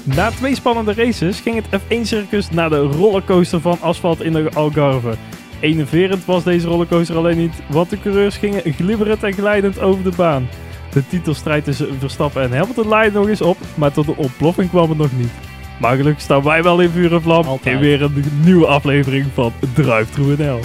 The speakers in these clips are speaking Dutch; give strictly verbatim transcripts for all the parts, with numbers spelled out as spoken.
Na twee spannende races ging het F één circus naar de rollercoaster van asfalt in de Algarve. Enerverend was deze rollercoaster alleen niet, want de coureurs gingen glibberend en glijdend over de baan. De titelstrijd tussen Verstappen en Hamilton laaide nog eens op, maar tot een ontploffing kwam het nog niet. Maar gelukkig staan wij wel in vuur en vlam Altijd. in weer een nieuwe aflevering van Drive-Thru N L.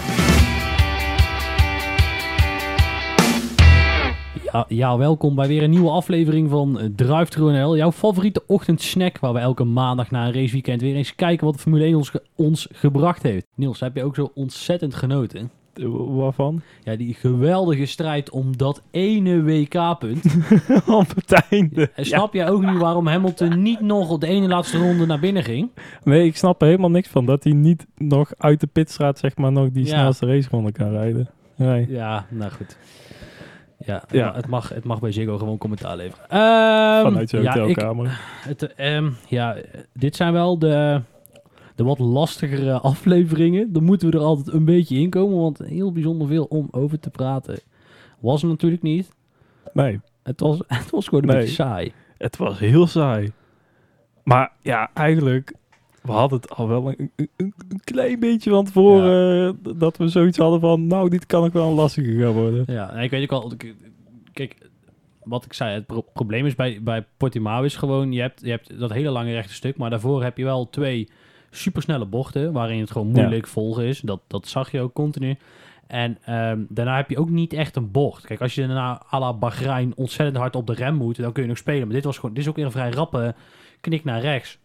Ja, ja, welkom bij weer een nieuwe aflevering van Drive-Thru N L. Jouw favoriete ochtendsnack waar we elke maandag na een raceweekend weer eens kijken wat de Formule één ons, ge- ons gebracht heeft. Niels, heb je ook zo ontzettend genoten? Waarvan? Ja, die geweldige strijd om dat ene W K-punt. Op het einde. En snap jij ook niet waarom Hamilton niet nog op de ene laatste ronde naar binnen ging? Nee, ik snap er helemaal niks van. Dat hij niet nog uit de pitstraat, zeg maar, nog die Ja. snelste raceronde kan rijden. Nee. Ja, nou goed. Ja, Ja. Het, mag, het mag bij Ziggo gewoon commentaar leveren. Ehm, Vanuit zijn ja, ik, hotelkamer. het, ehm, ja, dit zijn wel de, de wat lastigere afleveringen. Dan moeten we er altijd een beetje in komen, want heel bijzonder veel om over te praten was er natuurlijk niet. Nee, Het was, het was gewoon een Nee. beetje saai. het was heel saai. Maar ja, eigenlijk, we hadden het al wel een, een, een een klein beetje van tevoren eh, dat we zoiets hadden van, nou, dit kan ook wel een lastige gaan worden. Ja, en ik weet ook al... k- Kijk, wat ik zei, het pro- probleem is bij, bij Portimao is gewoon... Je hebt, je hebt dat hele lange rechte stuk, maar daarvoor heb je wel twee supersnelle bochten... waarin het gewoon moeilijk volgen is. Dat, dat zag je ook continu. En ehm, daarna heb je ook niet echt een bocht. Kijk, als je daarna à la Bahrein ontzettend hard op de rem moet... dan kun je nog spelen. Maar dit, was gewoon, dit is ook weer een vrij rappe knik naar rechts.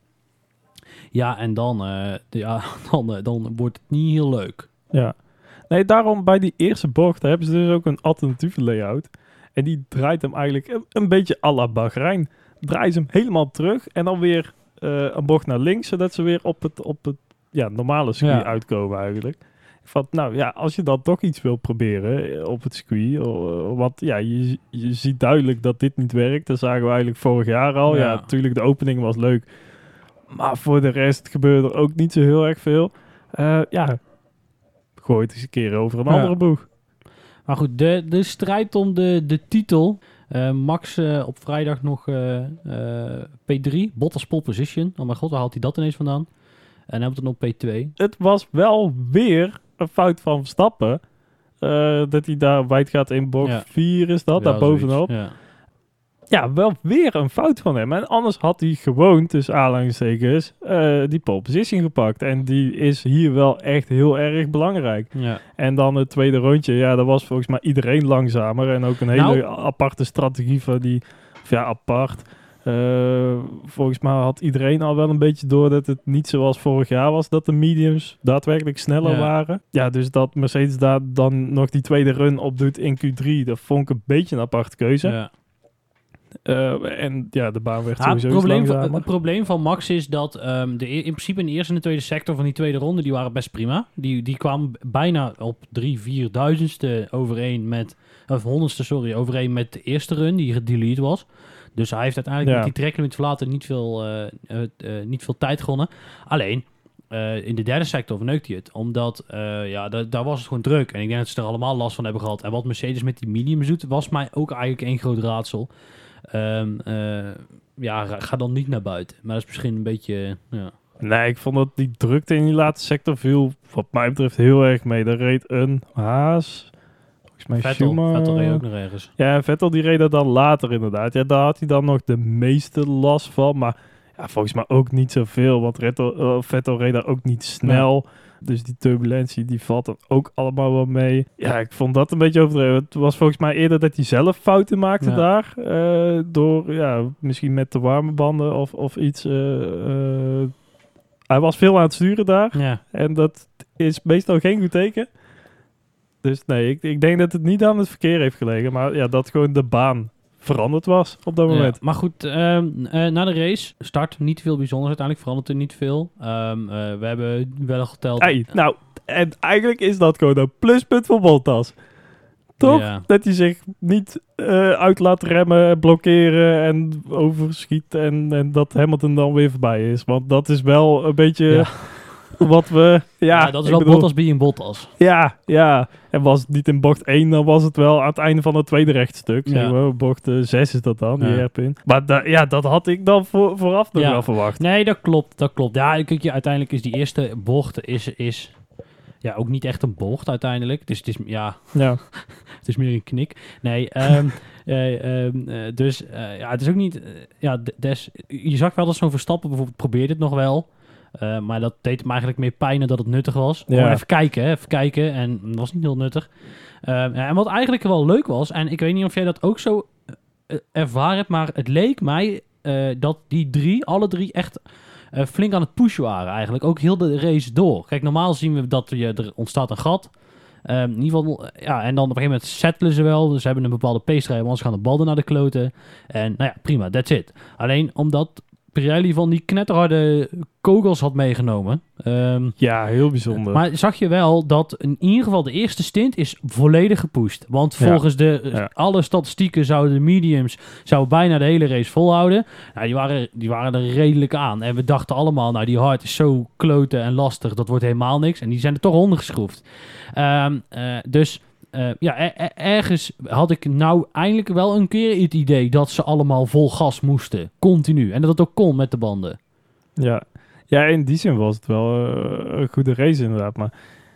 Ja, en dan, eh, ja, dan, eh, dan wordt het niet heel leuk. Ja. Nee, daarom bij die eerste bocht daar hebben ze dus ook een alternatieve layout. En die draait hem eigenlijk een, een beetje à la Bahrein. Draaien ze hem helemaal terug en dan weer eh, een bocht naar links, zodat ze weer op het, op het ja, normale circuit Ja. uitkomen eigenlijk. Van, nou ja, als je dan toch iets wil proberen eh, op het circuit, eh, want ja, je, je ziet duidelijk dat dit niet werkt. Dat zagen we eigenlijk vorig jaar al. Ja, Ja. natuurlijk, de opening was leuk. Maar voor de rest gebeurde er ook niet zo heel erg veel. Eh, ja, gooi het eens een keer over een Ja. andere boeg. Maar goed, de, de strijd om de, de titel. Eh, Max eh, op vrijdag nog eh, eh, P drie. Bottas pole position. Oh mijn god, waar haalt hij dat ineens vandaan? En Hamilton op P twee. Het was wel weer een fout van Verstappen. eh, dat hij daar wijd gaat in bocht Ja. vier is dat, Ja, daar bovenop. zoiets, Ja. Ja, wel weer een fout van hem. En anders had hij gewoon, tussen aanhalingstekens, eh die pole position gepakt. En die is hier wel echt heel erg belangrijk. Ja. En dan het tweede rondje, ja, dat was volgens mij iedereen langzamer. En ook een hele Nou- aparte strategie van die, of ja, apart. Eh, volgens mij had iedereen al wel een beetje door dat het niet zoals vorig jaar was, dat de mediums daadwerkelijk sneller Ja. waren. Ja, dus dat Mercedes daar dan nog die tweede run op doet in Q drie, dat vond ik een beetje een aparte keuze. Ja. Eh, en ja, de baan werd Ja, het, sowieso iets probleem van, langzamer. het probleem van Max is dat ehm, de, in principe in de eerste en de tweede sector van die tweede ronde, die waren best prima. Die, die kwamen bijna op drie, vierduizendste overeen met, of honderdste, sorry, overeen met de eerste run die gedelete was. Dus hij heeft uiteindelijk Ja. met die treklimit verlaten niet veel, eh, eh, eh, niet veel tijd gewonnen. Alleen, eh, in de derde sector verneukt hij het. Omdat, eh, ja, da- daar was het gewoon druk. En ik denk dat ze er allemaal last van hebben gehad. En wat Mercedes met die mediums doet, was mij ook eigenlijk één groot raadsel. Ehm, eh, ja, ga- ga dan niet naar buiten. Maar dat is misschien een beetje, ja. Nee, ik vond dat die drukte in die laatste sector viel, wat mij betreft, heel erg mee. Daar reed een Haas, volgens mij Vettel, Schumacher. Vettel reed ook nog ergens. Ja, en Vettel die reed er dan later inderdaad. Ja, daar had hij dan nog de meeste last van. Maar ja, volgens mij ook niet zoveel. Want Vettel, eh, Vettel reed daar ook niet snel. Dus die turbulentie die valt er ook allemaal wel mee. Ja, ik vond dat een beetje overdreven. Het was volgens mij eerder dat hij zelf fouten maakte Ja. daar. eh, door, ja, misschien met de warme banden of, of iets. eh, eh, hij was veel aan het sturen daar. Ja, En dat is meestal geen goed teken. Dus nee, ik, ik denk dat het niet aan het verkeer heeft gelegen. Maar ja, dat gewoon de baan veranderd was op dat ja. moment. Maar goed, ehm, eh, na de race, start, niet veel bijzonders. Uiteindelijk verandert er niet veel. Ehm, eh, we hebben wel geteld. Hey, nou, en eigenlijk is dat gewoon een pluspunt voor Bottas. Toch? Ja. Dat hij zich niet eh, uit laat remmen, blokkeren en overschiet. En, en dat Hamilton dan weer voorbij is. Want dat is wel een beetje Ja. wat we... Ja, Ja, dat is ik wel bedoel, Bottas being Bottas. Ja, ja. En was het niet in bocht één, dan was het wel aan het einde van het tweede rechtstuk. Ja. Zeg maar. Bocht uh, zes is dat dan, die Ja. hairpin. Maar da- ja, dat had ik dan voor, vooraf nog Ja. wel verwacht. Nee, dat klopt, dat klopt. Ja, kijk, je, uiteindelijk is die eerste bocht is, is ja, ook niet echt een bocht uiteindelijk. Dus het is, ja, Ja. het is meer een knik. Nee, ehm, eh, ehm, eh, dus eh, ja, het is ook niet... eh, ja, d- des, je zag wel dat zo'n Verstappen bijvoorbeeld probeerde het nog wel. Eh, maar dat deed hem eigenlijk meer pijn dan dat het nuttig was. Ja. Gewoon even kijken, hè, even kijken. En dat was niet heel nuttig. Ehm, en wat eigenlijk wel leuk was, en ik weet niet of jij dat ook zo eh, ervaren hebt, maar het leek mij eh, dat die drie, alle drie echt eh, flink aan het pushen waren eigenlijk. Ook heel de race door. Kijk, normaal zien we dat je, er ontstaat een gat. Ehm, in ieder geval, eh, ja, en dan op een gegeven moment settelen ze wel. Dus ze hebben een bepaalde pace rijden, anders gaan de ballen naar de kloten. En nou ja, prima, that's it. Alleen omdat Pirelli van die knetterharde kogels had meegenomen. Ehm, Ja, heel bijzonder. maar zag je wel dat in ieder geval de eerste stint is volledig gepusht. Want Ja. volgens de, eh, Ja. alle statistieken zouden de mediums zouden bijna de hele race volhouden. Nou, die, waren, die waren er redelijk aan. En we dachten allemaal, nou die hard is zo kloten en lastig, dat wordt helemaal niks. En die zijn er toch ondergeschroefd. Ehm, eh, dus uh, ja, er, er, ergens had ik nou eindelijk wel een keer het idee dat ze allemaal vol gas moesten. Continu. En dat het ook kon met de banden. Ja. Ja, in die zin was het wel uh, een goede race inderdaad. Maar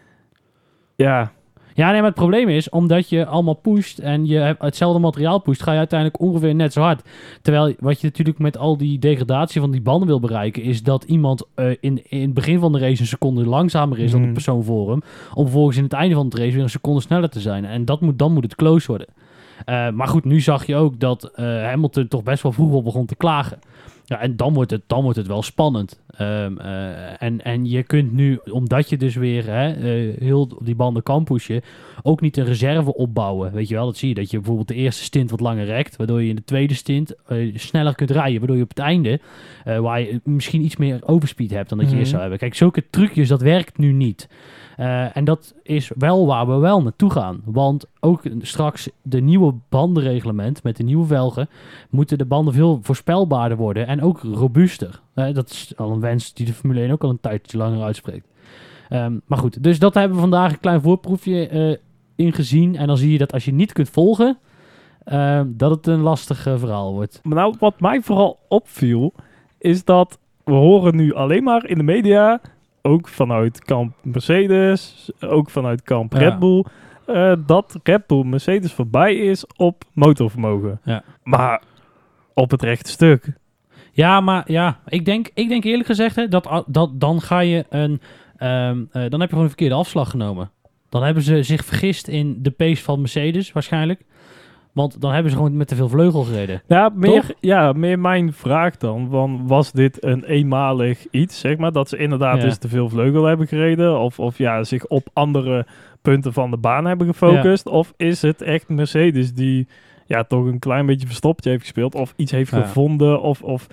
ja... Ja, nee, maar het probleem is, omdat je allemaal pusht en je hebt hetzelfde materiaal pusht, ga je uiteindelijk ongeveer net zo hard. Terwijl wat je natuurlijk met al die degradatie van die banden wil bereiken, is dat iemand uh, in, in het begin van de race een seconde langzamer is mm. dan de persoon voor hem, om vervolgens in het einde van het race weer een seconde sneller te zijn. En dat moet, dan moet het close worden. Uh, maar goed, nu zag je ook dat uh, Hamilton toch best wel vroeg al begon te klagen. Ja, en dan wordt het, dan wordt het wel spannend. Um, uh, en, en je kunt nu, omdat je dus weer hè, uh, heel die banden kan pushen, ook niet een reserve opbouwen. Weet je wel, dat zie je. Dat je bijvoorbeeld de eerste stint wat langer rekt, waardoor je in de tweede stint uh, sneller kunt rijden. Waardoor je op het einde, uh, waar je misschien iets meer overspeed hebt dan dat je mm-hmm. eerst zou hebben. Kijk, zulke trucjes, dat werkt nu niet. Uh, en dat is wel waar we wel naartoe gaan. Want ook straks de nieuwe bandenreglement met de nieuwe velgen moeten de banden veel voorspelbaarder worden en ook robuuster. Uh, dat is al een wens die de Formule één ook al een tijdje langer uitspreekt. Um, maar goed, dus dat hebben we vandaag een klein voorproefje uh, ingezien. En dan zie je dat als je niet kunt volgen, uh, dat het een lastig uh, verhaal wordt. Maar nou, wat mij vooral opviel, is dat we horen nu alleen maar in de media, ook vanuit kamp Mercedes, ook vanuit kamp ja. Red Bull, uh, dat Red Bull Mercedes voorbij is op motorvermogen. Ja. Maar op het rechte stuk. Ja, maar ja, ik denk, ik denk eerlijk gezegd, hè, dat, dat dan ga je een, um, uh, dan heb je gewoon een verkeerde afslag genomen. Dan hebben ze zich vergist in de pace van Mercedes waarschijnlijk. Want dan hebben ze gewoon met te veel vleugel gereden. Ja, meer, ja, meer mijn vraag dan. Van, was dit een eenmalig iets, zeg maar? Dat ze inderdaad ja. dus te veel vleugel hebben gereden? Of, of ja, zich op andere punten van de baan hebben gefocust? Ja. Of is het echt Mercedes die ja, toch een klein beetje verstoptje heeft gespeeld? Of iets heeft ja. gevonden? Of, of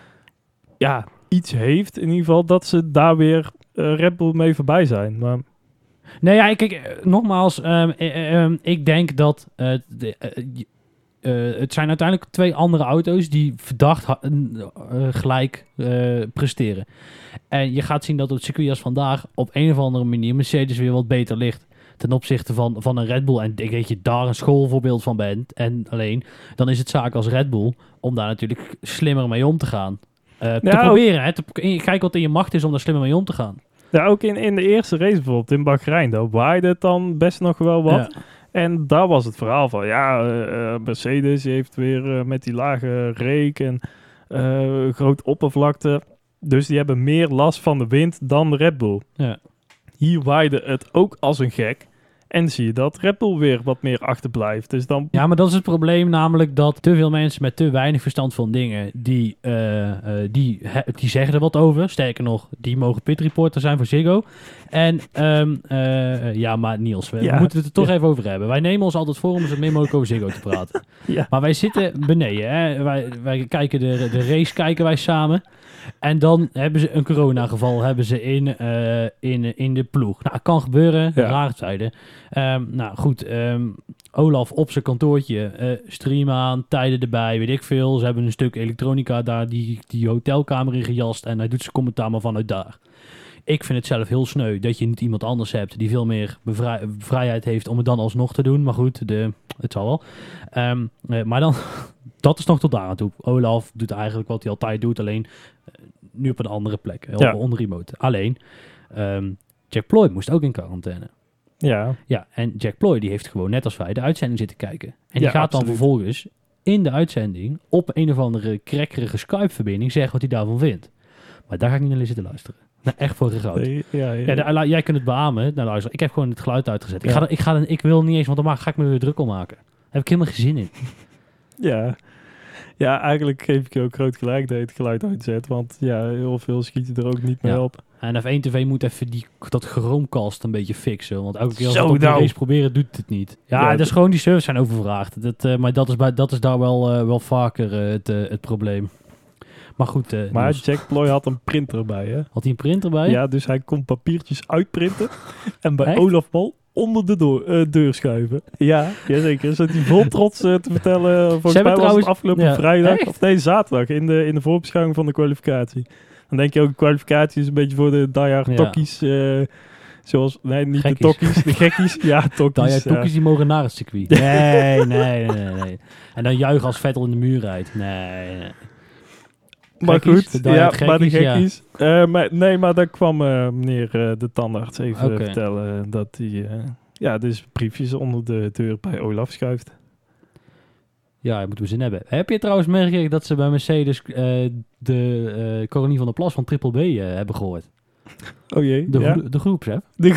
ja, iets heeft in ieder geval dat ze daar weer uh, Red Bull mee voorbij zijn. Maar... Nee, ja, kijk, nogmaals, um, um, ik denk dat uh, de, uh, uh, het zijn uiteindelijk twee andere auto's die verdacht ha- uh, gelijk uh, presteren. En je gaat zien dat op het circuit als vandaag op een of andere manier Mercedes weer wat beter ligt ten opzichte van, van een Red Bull. En ik denk dat je daar een schoolvoorbeeld van bent. En alleen, dan is het zaak als Red Bull om daar natuurlijk slimmer mee om te gaan. Uh, ja, te proberen, hè, te, kijk wat in je macht is om daar slimmer mee om te gaan. Ja, ook in, in de eerste race bijvoorbeeld in Bahrein, daar waaide het dan best nog wel wat. Ja. En daar was het verhaal van, ja, uh, Mercedes heeft weer uh, met die lage reek en uh, grote oppervlakte. Dus die hebben meer last van de wind dan Red Bull. Ja. Hier waaide het ook als een gek. En zie je dat Red Bull weer wat meer achterblijft. Dus dan... Ja, maar dat is het probleem, namelijk dat te veel mensen met te weinig verstand van dingen, die, uh, uh, die, he, die zeggen er wat over. Sterker nog, die mogen pitreporter zijn voor Ziggo. En um, uh, ja, maar Niels, we ja, moeten het er toch ja. even over hebben. Wij nemen ons altijd voor om zo min mogelijk over Ziggo te praten. Ja. Maar wij zitten beneden, hè. Wij, wij kijken de, de race kijken wij samen. En dan hebben ze een coronageval hebben ze in, uh, in, in de ploeg. Nou, het kan gebeuren, ja. raar zijde. Um, nou goed, um, Olaf op zijn kantoortje, uh, stream aan, tijden erbij, weet ik veel. Ze hebben een stuk elektronica daar, die, die hotelkamer in gejast en hij doet zijn commentaar maar vanuit daar. Ik vind het zelf heel sneu dat je niet iemand anders hebt die veel meer bevrij- vrijheid heeft om het dan alsnog te doen. Maar goed, de, het zal wel. Um, uh, maar dan, dat is nog tot daar aan toe. Olaf doet eigenlijk wat hij altijd doet, alleen uh, nu op een andere plek, Ja. on remote. Alleen, um, Jack Ploy moest ook in quarantaine. Ja. Ja, en Jack Ploy die heeft gewoon net als wij de uitzending zitten kijken. En die Ja, gaat absoluut. dan vervolgens in de uitzending op een of andere krekkerige Skype-verbinding zeggen wat hij daarvan vindt. Maar daar ga ik niet naar zitten luisteren. Nou, echt voor gegoud. Nee, ja, ja. Ja, de- la- jij kunt het beamen. Nou, luister, ik heb gewoon het geluid uitgezet. Ik, Ja. ga, er- ik, ga, er- ik wil niet eens, want dan ma- ga ik me weer druk om maken. Daar heb ik helemaal geen zin in. Ja. Ja, eigenlijk geef ik je ook groot gelijk dat je het geluid uitzet. Want ja, heel veel schiet je er ook niet mee Ja. op. En F één T V moet even die, dat Chromecast een beetje fixen. Want elke keer als Zo we het op de nou. race proberen, doet het niet. Ja, Ja, dat is dat- gewoon die servers zijn overvraagd. Dat, uh, maar dat is, bij, dat is daar wel, uh, wel vaker uh, het, uh, het probleem. Maar goed, uh, Maar Niels, Jack Ploy had een printer bij, hè? had hij een printer bij? Ja, dus hij kon papiertjes uitprinten. En bij Echt? Olaf Mol onder de door, eh, deur schuiven. Ja, jazeker. Zat hij vol trots uh, te vertellen. Volgens mij was trouwens- het afgelopen ja, vrijdag. echt? Of nee, zaterdag. In de, in de voorbeschouwing van de kwalificatie. Dan denk je ook, de kwalificatie is een beetje voor de diehard Ja. tokkies. uh, zoals, nee, niet Gekkies. de tokkies. De gekkies. Ja, tokkies. Daar, ja, ja. toekjes die mogen naar het circuit. Nee, nee, nee, nee, nee. En dan juichen als Vettel in de muur rijdt. Nee, nee. Maar Gekkies, goed, de ja, diehard maar de gekkies, ja. gekkies. Eh, maar, nee, maar daar kwam uh, meneer uh, de tandarts even Oké. vertellen dat hij uh, ja, dus briefjes onder de deur bij Olaf schuift. Ja, je moet er zin hebben. Heb je trouwens meegekregen dat ze bij Mercedes uh, de uh, Caroline van der Plas van Triple B uh, hebben gehoord? Oh jee, De, ja. gro- de groepsapp. De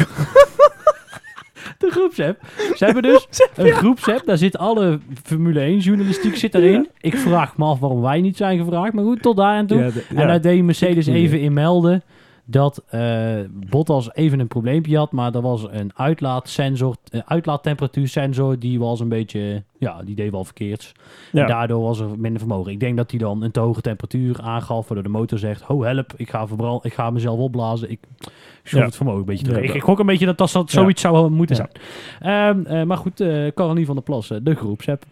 De groepsapp. Ze hebben dus een groepsapp. Daar zit alle Formule één journalistiek zit daarin. Ja. Ik vraag me af waarom wij niet zijn gevraagd. Maar goed, tot daar en toe. Ja, de- En ja. daar deed Mercedes Goeie. even in melden dat uh, Bottas even een probleempje had. Maar er was een uitlaatsensor, een uitlaattemperatuursensor. Die was een beetje, ja, die deed wel verkeerd. Ja. En daardoor was er minder vermogen. Ik denk dat hij dan een te hoge temperatuur aangaf. Waardoor de motor zegt, ho help, ik ga, verbrand, ik ga mezelf opblazen. Ik schroef Ja. het vermogen een beetje terug. Ja, ik, dat- ik gok een beetje dat dat, dat Ja. zoiets zou moeten Ja. zijn. Um, uh, maar goed, uh, Caroline van der Plas, uh, de groepsapp.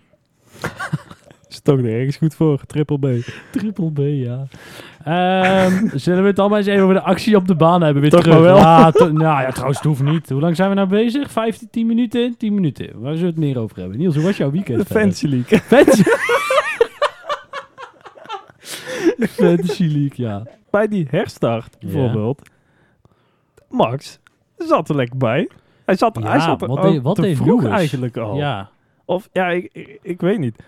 Is toch nergens goed voor, Triple B. Triple B, ja. Um, zullen we het dan maar eens even over de actie op de baan hebben? Weer Toch terug. maar wel. Ja, to- nou ja, trouwens, het hoeft niet. Hoe lang zijn we nou bezig? vijftien, tien minuten? tien minuten. Waar zullen we het meer over hebben? Niels, hoe was jouw weekend? De Fantasy League. Fantasy. Fantasy League, ja. Bij die herstart Ja. bijvoorbeeld. Max zat er lekker bij. Hij zat, Ja, hij zat er wat ook deed- wat te deed vroeg Lewis? eigenlijk al. Ja. Of ja, ik, ik, ik weet niet.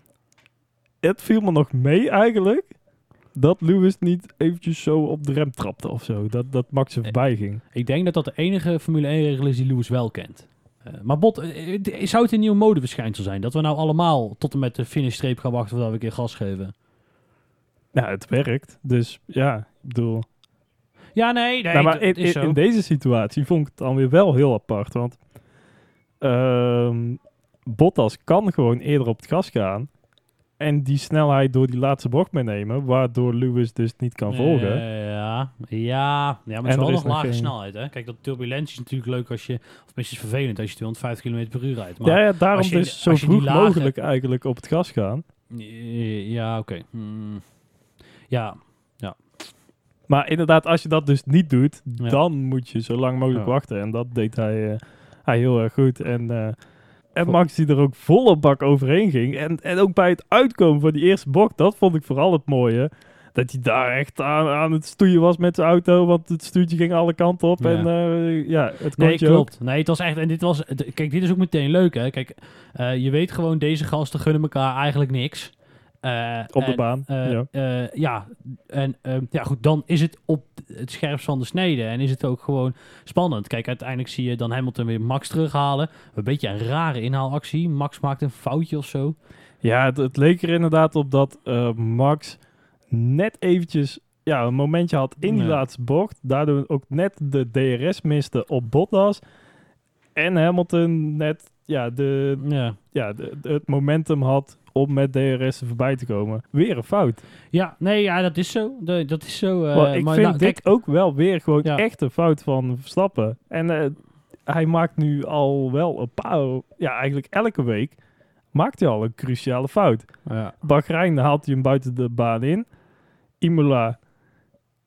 Het viel me nog mee eigenlijk dat Lewis niet eventjes zo op de rem trapte of zo. Dat, dat Max er voorbij ging. Ik denk dat dat de enige Formule één-regel is die Lewis wel kent. Uh, maar Bot, uh, uh, zou het een nieuw modeverschijnsel zijn? Dat we nou allemaal tot en met de finishstreep gaan wachten voordat we een keer gas geven? Ja, het werkt. Dus ja, ik bedoel... Ja, nee, nee. Nou, maar het- in, het is in, zo. in deze situatie vond ik het dan weer wel heel apart. Want ehm, Bottas kan gewoon eerder op het gas gaan. En die snelheid door die laatste bocht meenemen. Waardoor Lewis dus niet kan volgen. Uh, ja, ja, ja, maar het En is wel er is nog nog lage geen- snelheid. Hè? Kijk, dat turbulentie is natuurlijk leuk als je... Of minstens vervelend als je tweehonderdvijftig kilometer per uur rijdt. Maar ja, ja, daarom als je- dus zo als je die vroeg lage- mogelijk eigenlijk op het gas gaan. Uh, ja, oké. Okay. Hmm. Ja, Maar inderdaad, als je dat dus niet doet, Ja. dan moet je zo lang mogelijk Ja. wachten. En dat deed hij, eh, hij heel erg goed. En, eh, en Vol- Max die er ook volle bak overheen ging. En, en ook bij het uitkomen van die eerste bocht, dat vond ik vooral het mooie. Dat hij daar echt aan, aan het stoeien was met zijn auto, want het stuurtje ging alle kanten op. Ja. En eh, ja, het nee, kontje klopt. Nee, het was echt... En dit was... d- Kijk, dit is ook meteen leuk, hè. Kijk, uh, je weet gewoon, deze gasten gunnen elkaar eigenlijk niks. Uh, Op de en, baan, uh, ja. Uh, ja, en uh, ja, goed, dan is het op het scherpst van de snede. En is het ook gewoon spannend. Kijk, uiteindelijk zie je dan Hamilton weer Max terughalen. Een beetje een rare inhaalactie. Max maakt een foutje of zo. ook. Ja, het, het leek er inderdaad op dat uh, Max net eventjes ja, een momentje had in die Ja. laatste bocht. Daardoor ook net de D R S miste op Bottas. En Hamilton net ja, de, Ja, ja, de, de- het momentum had om met D R S er voorbij te komen. Weer een fout. ja nee, ja, dat is zo. De, dat is zo. Uh, maar ik maar vind nou, dit kijk, ook wel weer gewoon Ja. echt een fout van Verstappen. En uh, hij maakt nu al wel een paar... Ja, eigenlijk elke week maakt hij al een cruciale fout. ja. Bahrein haalt hij hem buiten de baan in. Imola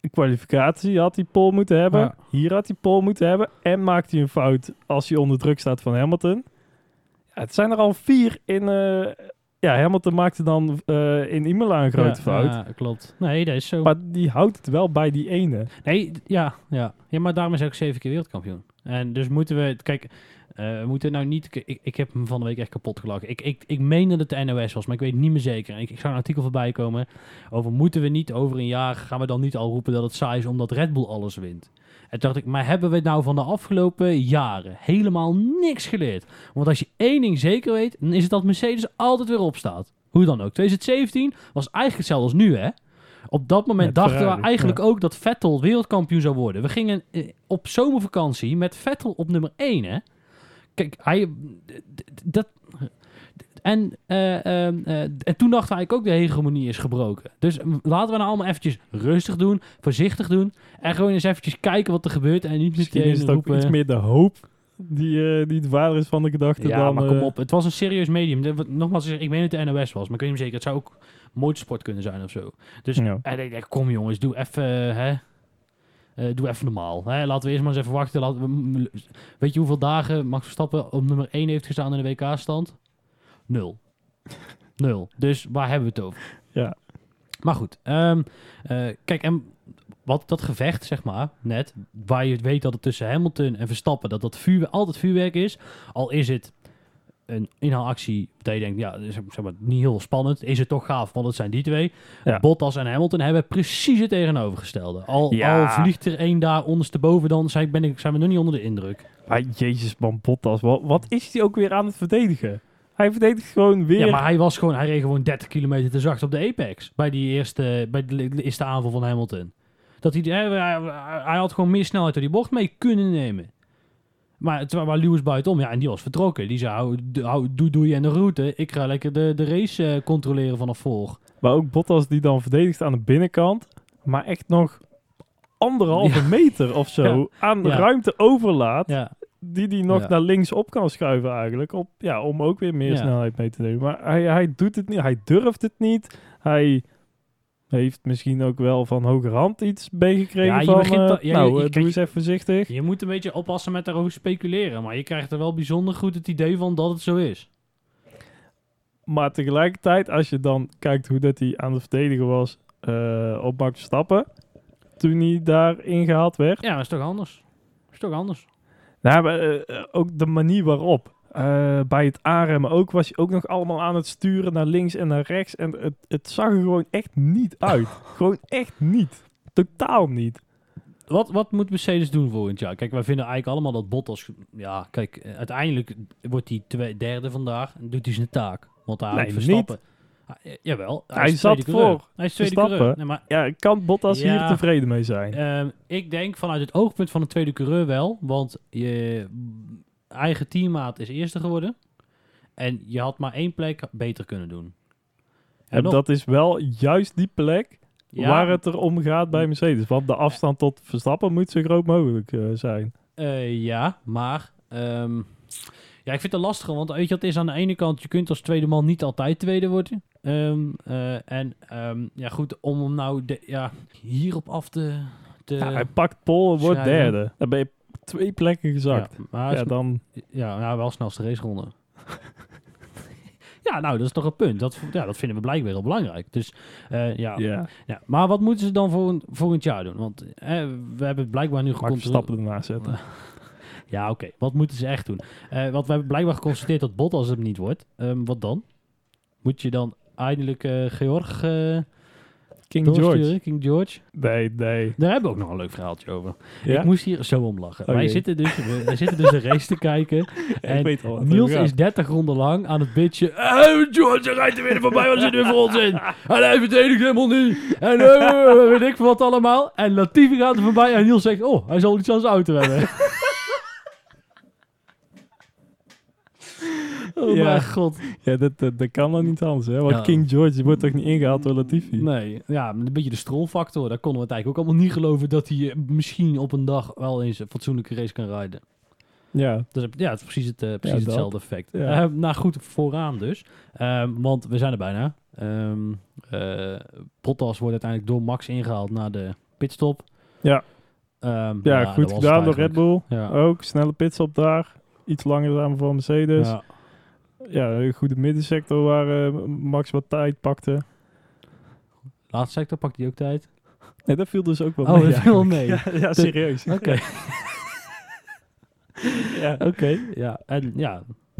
kwalificatie had hij pole moeten hebben. Ja. Hier had hij pole moeten hebben. En maakt hij een fout als hij onder druk staat van Hamilton. Ja, het zijn er al vier in... Uh, ja, Hamilton maakte dan uh, in Imola een grote ja, fout. Ja, klopt. Nee, dat is zo. Maar die houdt het wel bij die ene. Nee, ja, ja. ja, maar daarom is hij ook zeven keer wereldkampioen. En dus moeten we... Kijk, uh, we moeten nou niet... Ik, ik heb hem van de week echt kapot gelachen. Ik, ik, ik meen dat het de N O S was, maar ik weet het niet meer zeker. En ik, ik zag een artikel voorbij komen over... Moeten we niet over een jaar... Gaan we dan niet al roepen dat het saai is omdat Red Bull alles wint? En toen dacht ik, maar hebben we nou van de afgelopen jaren helemaal niks geleerd? Want als je één ding zeker weet, dan is het dat Mercedes altijd weer opstaat. Hoe dan ook. twintig zeventien was eigenlijk hetzelfde als nu, hè? Op dat moment Met dachten Ferrari, we eigenlijk ja. ook dat Vettel wereldkampioen zou worden. We gingen eh, op zomervakantie met Vettel op nummer één, hè? Kijk, hij... Dat... En, uh, uh, uh, en toen dachten we eigenlijk ook de hegemonie is gebroken. Dus laten we nou allemaal eventjes rustig doen, voorzichtig doen. En gewoon eens eventjes kijken wat er gebeurt. En niet Misschien meteen is het ook roepen... iets meer de hoop die, uh, die het vader is van de gedachte Ja, dan... maar kom uh, op. Het was een serieus medium. De, wat- nogmaals, ik weet niet dat het de N O S was, maar ik weet niet zeker. Het zou ook motorsport kunnen zijn of zo. Dus Ja. en ik denk, kom jongens, doe even... hè, uh, doe even normaal. Hè? Laten we eerst maar eens even wachten. Laten we, weet je hoeveel dagen Max Verstappen op nummer één heeft gestaan in de W K-stand? Nul. Nul. Dus waar hebben we het over? Ja. Maar goed. Um, uh, kijk, en wat dat gevecht, zeg maar, net, waar je weet dat het tussen Hamilton en Verstappen, dat dat vuur, altijd vuurwerk is, al is het een inhaalactie dat je denkt, ja, dat is zeg maar, niet heel spannend, is het toch gaaf, want het zijn die twee. Ja. Bottas en Hamilton hebben precies het tegenovergestelde. Al, Ja. al vliegt er één daar ondersteboven, dan zijn, ben ik, zijn we nog niet onder de indruk. Maar jezus man, Bottas, wat, wat is hij ook weer aan het verdedigen? Hij verdedigt gewoon weer... Ja, maar hij was gewoon, hij reed gewoon dertig kilometer te zacht op de apex bij die eerste, bij de, de eerste aanval van Hamilton. Dat hij, hij, hij, hij had gewoon meer snelheid door die bocht mee kunnen nemen. Maar terwijl waar Lewis buitenom, ja, en die was vertrokken. Die zei, hou, hou, doe, doe je in de route. Ik ga lekker de, de race uh, controleren vanaf voor. Maar ook Bottas die dan verdedigt aan de binnenkant, maar echt nog anderhalve Ja. meter of zo Ja. aan Ja. ruimte overlaat, Ja, die hij nog Ja. naar links op kan schuiven eigenlijk, op, ja, om ook weer meer Ja. snelheid mee te nemen. Maar hij, hij doet het niet, hij durft het niet, hij heeft misschien ook wel van hogerhand iets meegekregen Ja, je van, begint uh, dan- ja, je- nou, je- uh, kijk, doe eens even voorzichtig. je moet een beetje oppassen met daarover speculeren. Maar je krijgt er wel bijzonder goed het idee van dat het zo is. Maar tegelijkertijd, als je dan kijkt hoe dat hij aan het verdedigen was uh, op Max Verstappen, toen hij daar ingehaald werd. Ja, dat is toch anders? Dat is toch anders? Nou, maar, uh, ook de manier waarop. Uh, bij het aanremmen ook was hij ook nog allemaal aan het sturen naar links en naar rechts. En het, het zag er gewoon echt niet uit. Gewoon echt niet. Totaal niet. Wat, wat moet Mercedes doen volgend jaar? Kijk, wij vinden eigenlijk allemaal dat Bottas... Ja, kijk, eh, uiteindelijk wordt hij twee, derde vandaag en doet hij zijn taak. Want hij Nee, houdt Verstappen... Ah, eh, jawel. Hij is zat tweede coureur. voor Hij is tweede Verstappen. coureur. Nee, maar Ja, kan Bottas Ja. hier tevreden mee zijn? ehm, ik denk vanuit het oogpunt van de tweede coureur wel. Want je eigen teammaat is eerste geworden. En je had maar één plek beter kunnen doen. En En nog- dat is wel juist die plek ja, waar het er om gaat bij Mercedes. Want de afstand tot Verstappen moet zo groot mogelijk uh, zijn. Uh, ja, maar... ehm, ja, ik vind het lastig, want weet je, het is aan de ene kant... Je kunt als tweede man niet altijd tweede worden. Ehm, uh, en um, ja, goed, om hem nou de, ja, hierop af te... te Ja, hij pakt pole en wordt schrijven. derde. Dan ben je twee plekken gezakt. Ja, maar Ja, dan... ja, ja, wel snelste raceronde. Ja, nou, dat is toch een punt. Dat, ja, dat vinden we blijkbaar heel belangrijk. Dus uh, ja. Ja, ja. Maar wat moeten ze dan volgend, volgend jaar doen? Want eh, we hebben het blijkbaar nu Max gecontroleerd. Verstappen ernaast zetten. Ja, oké. Okay. Wat moeten ze echt doen? Uh, want we hebben blijkbaar geconstateerd dat Bottas het niet wordt. Um, wat dan? Moet je dan eindelijk uh, Georg uh, King George. King George? Nee, nee. Daar hebben we ook nog een leuk verhaaltje over. Ja? Ik moest hier zo om lachen. Oh, wij, jee. zitten dus, we, wij zitten dus een race te kijken. Ja, en ik weet al wat het Niels over gaat. is dertig ronden lang aan het bitchen. Uh, George rijdt er weer voorbij, wat zit er weer voor ons in? En hij verdedigt helemaal niet. En uh, weet ik veel wat allemaal. En Latifi gaat er voorbij en Niels zegt, oh, hij zal iets aan zijn auto hebben. Oh Ja. mijn god. Ja, dat, dat, dat kan dan niet anders, hè? Want Ja. King George die wordt toch niet ingehaald door Latifi? Nee, ja, een beetje de strolfactor. Daar konden we het eigenlijk ook allemaal niet geloven dat hij uh, misschien op een dag wel eens een fatsoenlijke race kan rijden. Ja. Dus ja, het is precies, het, uh, precies Ja, dat. hetzelfde effect. Ja. Uh, nou goed, vooraan dus. Um, want we zijn er bijna. Um, uh, Bottas wordt uiteindelijk door Max ingehaald naar de pitstop. Ja. Um, Ja, ja, goed gedaan door Red Bull. Ja. Ook, snelle pitstop daar. Iets langzamer voor Mercedes. Ja, Ja. ja een goede middensector waar uh, Max wat tijd pakte. Laatste sector pakte hij ook tijd. Nee, dat viel dus ook wel oh, mee. dat viel wel mee. Ja, ja, serieus. Oké. Okay. ja. Oké, okay, ja. En ja,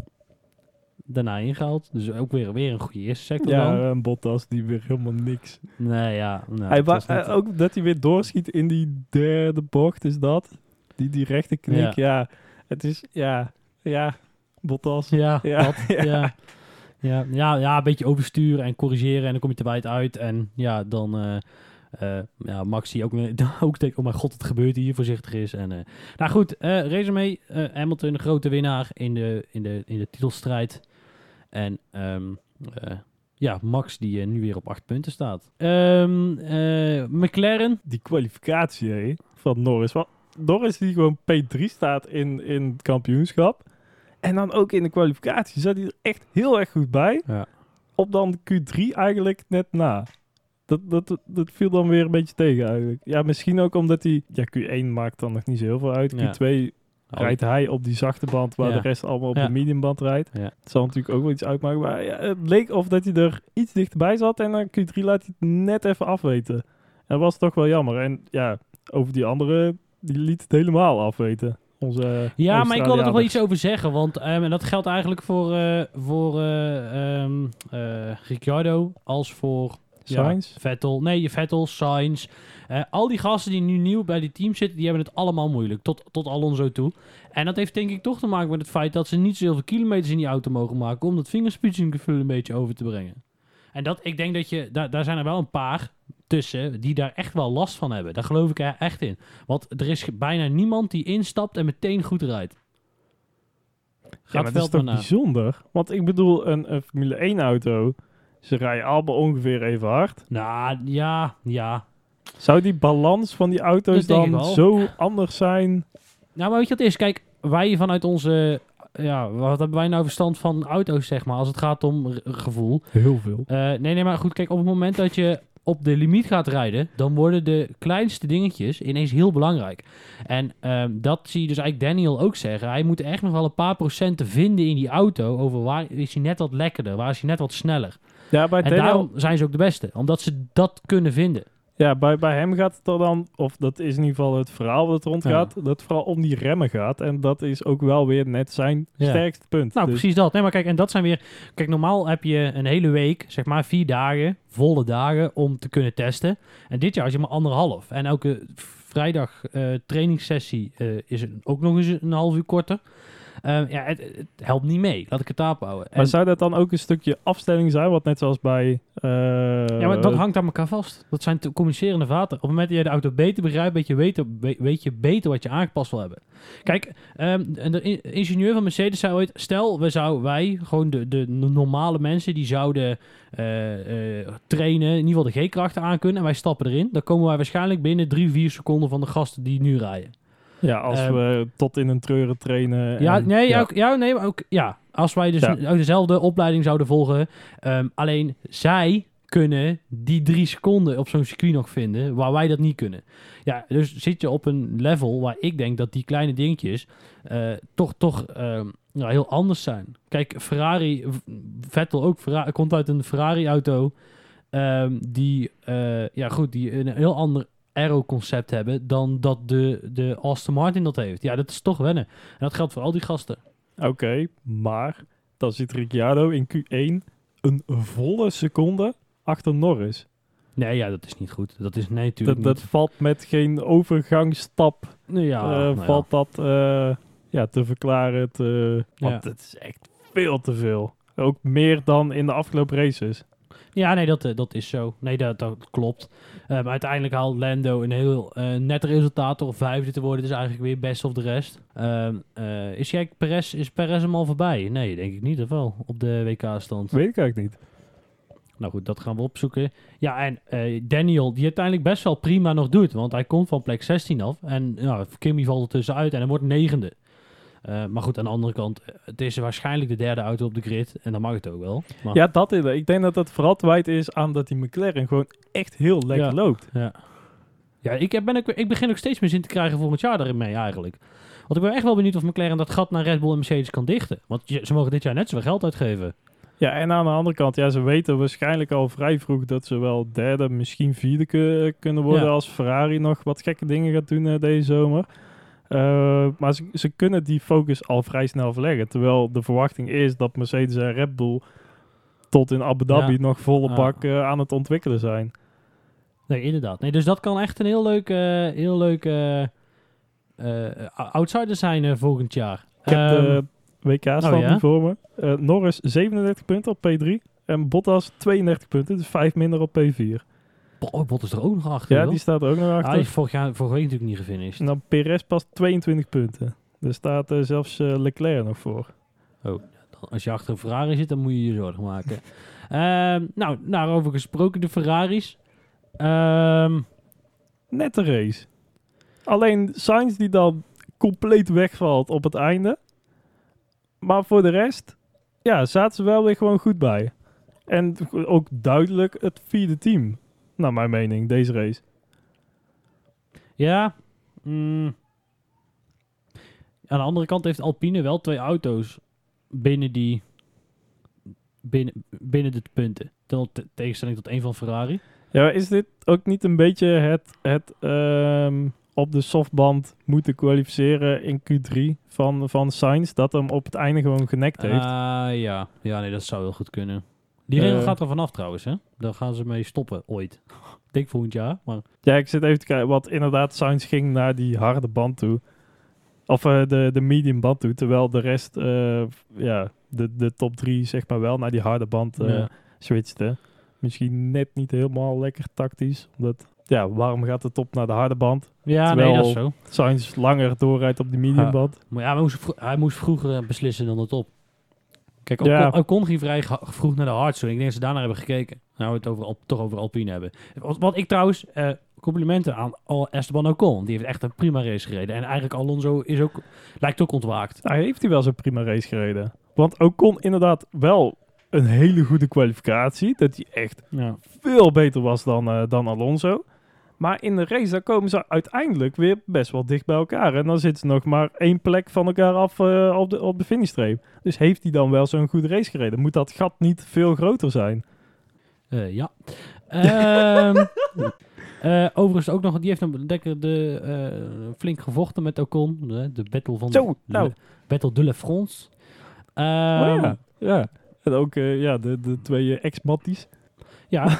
daarna ingehaald. Dus ook weer, weer een goede eerste sector ja, dan. Ja, een Bottas die weer helemaal niks. Nee, ja. Nou, hij wa- niet... uh, ook dat hij weer doorschiet in die derde bocht is dat. Die, die rechte knik, ja. ja. Het is, ja, ja, Bottas. Ja, ja. Dat, ja. ja. Ja, ja, ja, een beetje oversturen en corrigeren en dan kom je te wijd uit. En ja, dan uh, uh, ja, Max die ook, ook denkt, oh mijn god, het gebeurt hier, voorzichtig is. En, uh, nou goed, uh, resume, uh, Hamilton een grote winnaar in de, in de, in de titelstrijd. En um, uh, ja, Max die uh, nu weer op acht punten staat. Um, uh, McLaren. Die kwalificatie hè, van Norris. Want Norris die gewoon P drie staat in, in het kampioenschap. En dan ook in de kwalificatie zat hij er echt heel erg goed bij. Ja. Op dan Q drie eigenlijk net na. Dat, dat, dat, dat viel dan weer een beetje tegen eigenlijk. Ja, misschien ook omdat hij... Ja, Q één maakt dan nog niet zo heel veel uit. Ja. Q twee oh. rijdt hij op die zachte band waar ja. de rest allemaal op ja. de mediumband rijdt. Ja. Dat zal natuurlijk ook wel iets uitmaken. Maar ja, het leek of dat hij er iets dichterbij zat. En dan Q drie laat hij het net even afweten. En dat was toch wel jammer. En ja, over die andere, die liet het helemaal afweten. Onze ja, maar ik wil er toch wel iets over zeggen. Want um, en dat geldt eigenlijk voor, uh, voor uh, um, uh, Ricciardo als voor Sainz. Ja, Vettel. Nee, Vettel, Sainz. Uh, al die gasten die nu nieuw bij die team zitten, die hebben het allemaal moeilijk. Tot, tot Alonso toe. En dat heeft denk ik toch te maken met het feit dat ze niet zoveel kilometers in die auto mogen maken om dat vingerspitsengevoel een beetje over te brengen. En dat, ik denk dat je, daar, daar zijn er wel een paar tussen die daar echt wel last van hebben. Daar geloof ik er echt in. Want er is bijna niemand die instapt en meteen goed rijdt. Gaat ja, maar dat is toch na. bijzonder? Want ik bedoel, een, een Formule één auto, ze rijden allemaal ongeveer even hard. Nou, ja, ja. Zou die balans van die auto's dan zo anders zijn? Nou, maar weet je wat het is? Kijk, wij vanuit onze... Ja, wat hebben wij nou verstand van auto's, zeg maar, als het gaat om r- gevoel? Heel veel. Uh, nee, nee, maar goed, kijk, op het moment dat je op de limiet gaat rijden, dan worden de kleinste dingetjes ineens heel belangrijk. En um, dat zie je dus eigenlijk Daniel ook zeggen. Hij moet echt nog wel een paar procenten vinden in die auto over waar is hij net wat lekkerder, waar is hij net wat sneller. Ja, bij en Daniel... daarom zijn ze ook de beste, omdat ze dat kunnen vinden. Ja, bij, bij hem gaat het er dan, of dat is in ieder geval het verhaal dat rondgaat, ja. dat het vooral om die remmen gaat. En dat is ook wel weer net zijn ja. sterkste punt. Nou, dus. precies dat. Nee, maar kijk, en dat zijn weer... Kijk, normaal heb je een hele week, zeg maar vier dagen, volle dagen, om te kunnen testen. En dit jaar is je maar anderhalf. En elke vrijdag uh, trainingssessie uh, is het ook nog eens een half uur korter. Uh, ja, het, het helpt niet mee. Laat ik het daarop houden. Maar en, zou dat dan ook een stukje afstelling zijn? Wat net zoals bij... Uh, ja, maar dat hangt aan elkaar vast. Dat zijn te communicerende vaten. Op het moment dat je de auto beter begrijpt, weet je, beter, weet je beter wat je aangepast wil hebben. Kijk, um, de ingenieur van Mercedes zei ooit... Stel, we zou, wij, gewoon de, de normale mensen, die zouden uh, uh, trainen, in ieder geval de G-krachten aankunnen. En wij stappen erin. Dan komen wij waarschijnlijk binnen drie, vier seconden van de gasten die nu rijden. Ja, als um, we tot in een treuren trainen. Ja, en, nee, ja. Ook, ja, nee, maar ook ja. Als wij dus ja. ook dezelfde opleiding zouden volgen. Um, alleen zij kunnen die drie seconden op zo'n circuit nog vinden, waar wij dat niet kunnen. Ja, dus zit je op een level waar ik denk dat die kleine dingetjes uh, toch, toch um, nou, heel anders zijn. Kijk, Ferrari, Vettel ook, Ferrari, komt uit een Ferrari-auto um, die, uh, ja goed, die een heel ander aero-concept hebben dan dat de, de Aston Martin dat heeft. Ja, dat is toch wennen. En dat geldt voor al die gasten. Oké, okay, maar dan zit Ricciardo in Q één een volle seconde achter Norris. Nee, ja, dat is niet goed. Dat is nee, natuurlijk dat, niet. Dat valt met geen overgangsstap. Ja, uh, nou valt ja. dat uh, ja, te verklaren. Te, want ja. het is echt veel te veel. Ook meer dan in de afgelopen races. Ja, nee, dat, dat is zo. Nee, dat, dat klopt. Uh, maar uiteindelijk haalt Lando een heel uh, net resultaat door vijfde te worden. Dus eigenlijk weer best of de rest. Uh, uh, is jij Perez, is Perez hem al voorbij? Nee, denk ik niet. Of wel? Op de W K-stand. Weet ik eigenlijk niet. Nou goed, dat gaan we opzoeken. Ja, en uh, Daniel, die uiteindelijk best wel prima nog doet. Want hij komt van plek zestien af. En nou, Kimi valt er tussenuit en hij wordt negende. Uh, maar goed, aan de andere kant, het is waarschijnlijk de derde auto op de grid. En dan mag het ook wel. Maar... Ja, dat is het. Ik denk dat dat vooral te wijten is aan dat die McLaren gewoon echt heel lekker ja. loopt. Ja. Ja, ik, heb, ben ook, ik begin ook steeds meer zin te krijgen volgend jaar daarin mee eigenlijk. Want ik ben echt wel benieuwd of McLaren dat gat naar Red Bull en Mercedes kan dichten. Want je, ze mogen dit jaar net zoveel geld uitgeven. Ja, en aan de andere kant, ja, ze weten waarschijnlijk al vrij vroeg dat ze wel derde, misschien vierde ku- kunnen worden Ja. als Ferrari nog wat gekke dingen gaat doen uh, deze zomer. Uh, maar ze, ze kunnen die focus al vrij snel verleggen. Terwijl de verwachting is dat Mercedes en Red Bull tot in Abu Dhabi Ja. nog volle Ah. bak uh, aan het ontwikkelen zijn. Nee, inderdaad. Nee, dus dat kan echt een heel leuk, uh, heel leuk uh, uh, outsider zijn uh, volgend jaar. Ik heb Um, de W K-stand oh ja? nu voor me. Uh, Norris zevenendertig punten op P drie en Bottas tweeëndertig punten, dus vijf minder op P vier. Oh, Bottas er ook nog achter. Ja, joh. die staat er ook nog achter. Ah, die is vorig jaar, vorige week natuurlijk niet gefinished. En dan Perez pas tweeëntwintig punten. Er staat uh, zelfs uh, Leclerc nog voor. Als je achter een Ferrari zit, dan moet je je zorgen maken. um, nou, daarover gesproken, de Ferraris. Um, Nette race. Alleen Sainz die dan compleet wegvalt op het einde. Maar voor de rest, ja, zaten ze wel weer gewoon goed bij. En ook duidelijk het vierde team, naar mijn mening, deze race. ja. Mm. Aan de andere kant heeft Alpine wel twee auto's binnen die... Binnen, binnen de punten. Ten tegenstelling tot één van Ferrari. Ja, maar is dit ook niet een beetje het, het um, op de softband moeten kwalificeren in Q drie van, van Sainz, dat hem op het einde gewoon genekt heeft? Ah, uh, ja. Ja, nee, dat zou wel goed kunnen. Die Uh, regel gaat er vanaf trouwens, hè? Daar gaan ze mee stoppen, ooit. Ik denk volgend jaar, maar... Ja, ik zit even te kijken, want inderdaad, Sainz ging naar die harde band toe. Of uh, de, de medium band toe, terwijl de rest, uh, ja, de, de top drie, zeg maar wel, naar die harde band uh, ja. switchte. Misschien net niet helemaal lekker tactisch, omdat, ja, waarom gaat de top naar de harde band? Ja, terwijl nee, dat is zo. Sainz langer doorrijdt op die medium band. Ja, maar ja, hij moest, vro- hij moest vroeger beslissen dan de top. Kijk, Ocon, Ja. Ocon ging vrij ga- vroeg naar de hardstone. Ik denk dat ze daarnaar hebben gekeken. Nou, we het over, Al- toch over Alpine hebben. Wat, wat ik trouwens, uh, complimenten aan Al- Esteban Ocon. Die heeft echt een prima race gereden. En eigenlijk Alonso is ook, lijkt ook ontwaakt. Hij heeft hij wel zo'n prima race gereden. Want Ocon inderdaad wel een hele goede kwalificatie. Dat hij echt Ja. veel beter was dan, uh, dan Alonso. Maar in de race, dan komen ze uiteindelijk weer best wel dicht bij elkaar. En dan zitten ze nog maar één plek van elkaar af uh, op de, op de finishstreep. Dus heeft hij dan wel zo'n goede race gereden? Moet dat gat niet veel groter zijn? Uh, ja. um, uh, overigens ook nog, die heeft een lekker de, uh, flink gevochten met Ocon. De, de battle van Zo, de, nou. de Battle de la France. Um, oh ja, ja. En ook uh, ja, de, de twee uh, ex-matties. Ja.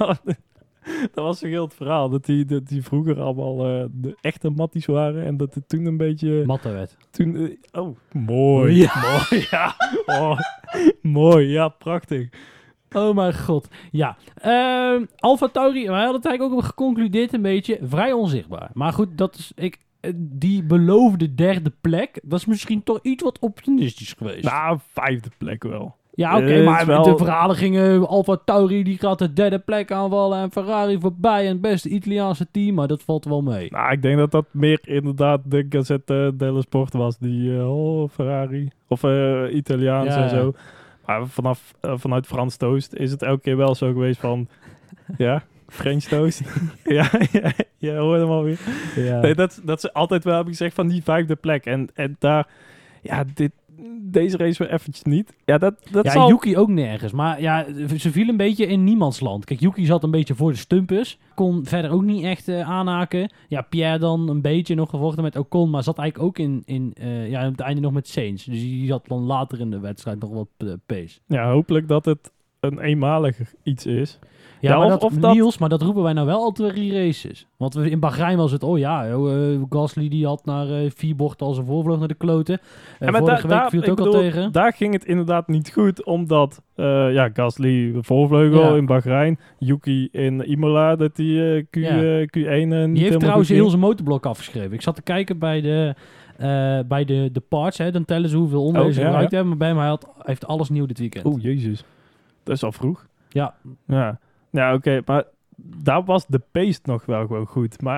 Dat was toch heel het verhaal. Dat die, dat die vroeger allemaal uh, de echte matties waren. En dat het toen een beetje... Matte werd. Toen, uh, oh, mooi. Ja. Mooi, ja. Oh, mooi, ja, prachtig. Oh mijn god. Ja. Uh, Alfa Tauri, wij hadden het eigenlijk ook geconcludeerd een beetje. Vrij onzichtbaar. Maar goed, dat is... Ik, die beloofde derde plek, dat is misschien toch iets wat optimistisch geweest. Nou, vijfde plek wel. Ja, oké, okay, uh, maar wel... de verhalen gingen... Alfa Tauri die gaat de derde plek aanvallen en Ferrari voorbij en het beste Italiaanse team, maar dat valt wel mee. Nou, ik denk dat dat meer inderdaad de Gazzetta dello Sport was, die uh, oh, Ferrari, of uh, Italiaans ja, en zo. Maar vanaf, uh, vanuit Frans Toast is het elke keer wel zo geweest van, ja, French Toast. ja, ja, ja, hoor hem alweer. Ja. Nee, dat, dat ze altijd wel hebben gezegd van die vijfde plek. En, en daar, ja, dit... Deze race weer eventjes niet. Ja, dat, dat ja, zal... Yuki ook nergens. Maar ja, ze viel een beetje in niemandsland. Kijk, Yuki zat een beetje voor de stumpers. Kon verder ook niet echt uh, aanhaken. Ja, Pierre dan een beetje nog gevochten met Ocon. Maar zat eigenlijk ook in, in uh, ja, op het einde nog met Sainz. Dus die zat dan later in de wedstrijd nog wat uh, pace. Ja, hopelijk dat het een eenmalig iets is. Ja, ja maar of, dat, of dat... Niels, maar dat roepen wij nou wel al twee races. Want we, in Bahrein was het, oh ja, uh, Gasly die had naar uh, vier bochten als een voorvloog naar de kloten. Uh, ja, maar vorige da, week daar, viel het ook bedoel, al tegen. Daar ging het inderdaad niet goed, omdat uh, ja, Gasly voorvleugel ja. in Bahrein, Yuki in Imola, dat die uh, Q, ja. uh, Q één uh, niet die heeft trouwens goed heel zijn motorblok afgeschreven. Ik zat te kijken bij de, uh, bij de, de parts, hè, dan tellen ze hoeveel onderdelen ze oh, ja, gebruikt ja. hebben. Maar bij hem hij had, hij heeft alles nieuw dit weekend. Oeh, jezus. Dat is al vroeg. Ja. Ja, ja oké, okay, maar daar was de pace nog wel gewoon goed. Maar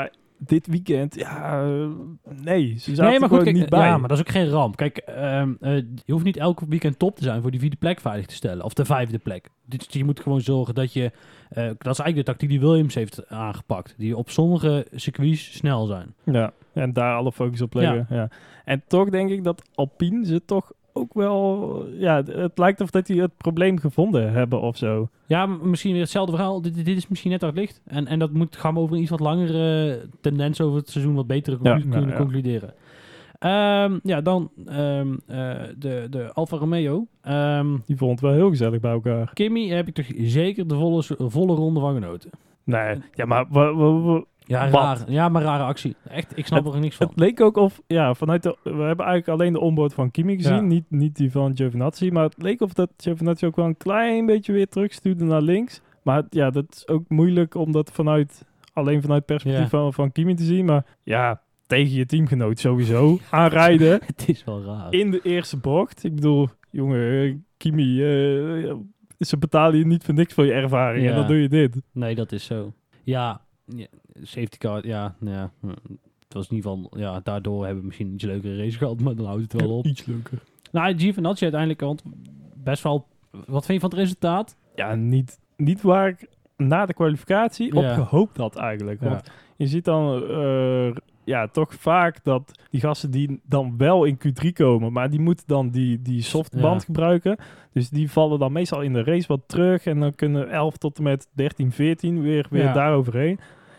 dit weekend, ja, uh, nee, ze zaten nee, maar gewoon goed, kijk, niet bij. Ja, maar dat is ook geen ramp. Kijk, um, uh, je hoeft niet elke weekend top te zijn voor die vierde plek veilig te stellen. Of de vijfde plek. Dus je moet gewoon zorgen dat je... Uh, dat is eigenlijk de tactiek die Williams heeft aangepakt. Die op sommige circuits snel zijn. Ja, en daar alle focus op leggen. Ja. Ja. En toch denk ik dat Alpine ze toch ook wel... Ja, het lijkt of dat die het probleem gevonden hebben of zo. Ja, misschien weer hetzelfde verhaal. Dit, dit is misschien net uit licht. En, en dat moet gaan we over een iets wat langere tendens over het seizoen wat betere conclu- ja, kunnen ja, ja. concluderen. Um, ja, dan um, uh, de, de Alfa Romeo. Um, die vond het wel heel gezellig bij elkaar. Kimi heb ik toch zeker de volle, volle ronde van genoten. Nee, ja, maar... We, we, we, ja, raar, ja, maar rare actie. Echt, ik snap het, er niks van. Het leek ook of... Ja, vanuit de... We hebben eigenlijk alleen de onboard van Kimi gezien. Ja. Niet, niet die van Giovinazzi. Maar het leek of dat Giovinazzi ook wel een klein beetje weer terugstuurde naar links. Maar ja, dat is ook moeilijk om dat vanuit... Alleen vanuit perspectief ja. van, van Kimi te zien. Maar ja... Tegen je teamgenoot sowieso aanrijden. Het is wel raar. In de eerste bocht. Ik bedoel, jongen, Kimi, uh, ze betalen je niet voor niks voor je ervaring. Ja. En dan doe je dit. Nee, dat is zo. Ja, ja safety car, ja, ja. Het was in ieder geval, ja, daardoor hebben we misschien een iets leukere race gehad, maar dan houdt het wel op. Iets leuker. Nou, Giovinazzi uiteindelijk, want best wel, wat vind je van het resultaat? Ja, niet, niet waar ik na de kwalificatie op ja. gehoopt had eigenlijk. Want ja. je ziet dan... Uh, Ja, toch vaak dat die gasten die dan wel in Q drie komen, maar die moeten dan die, die softband ja. gebruiken. Dus die vallen dan meestal in de race wat terug en dan kunnen elf tot en met dertien, veertien weer, weer ja. daaroverheen.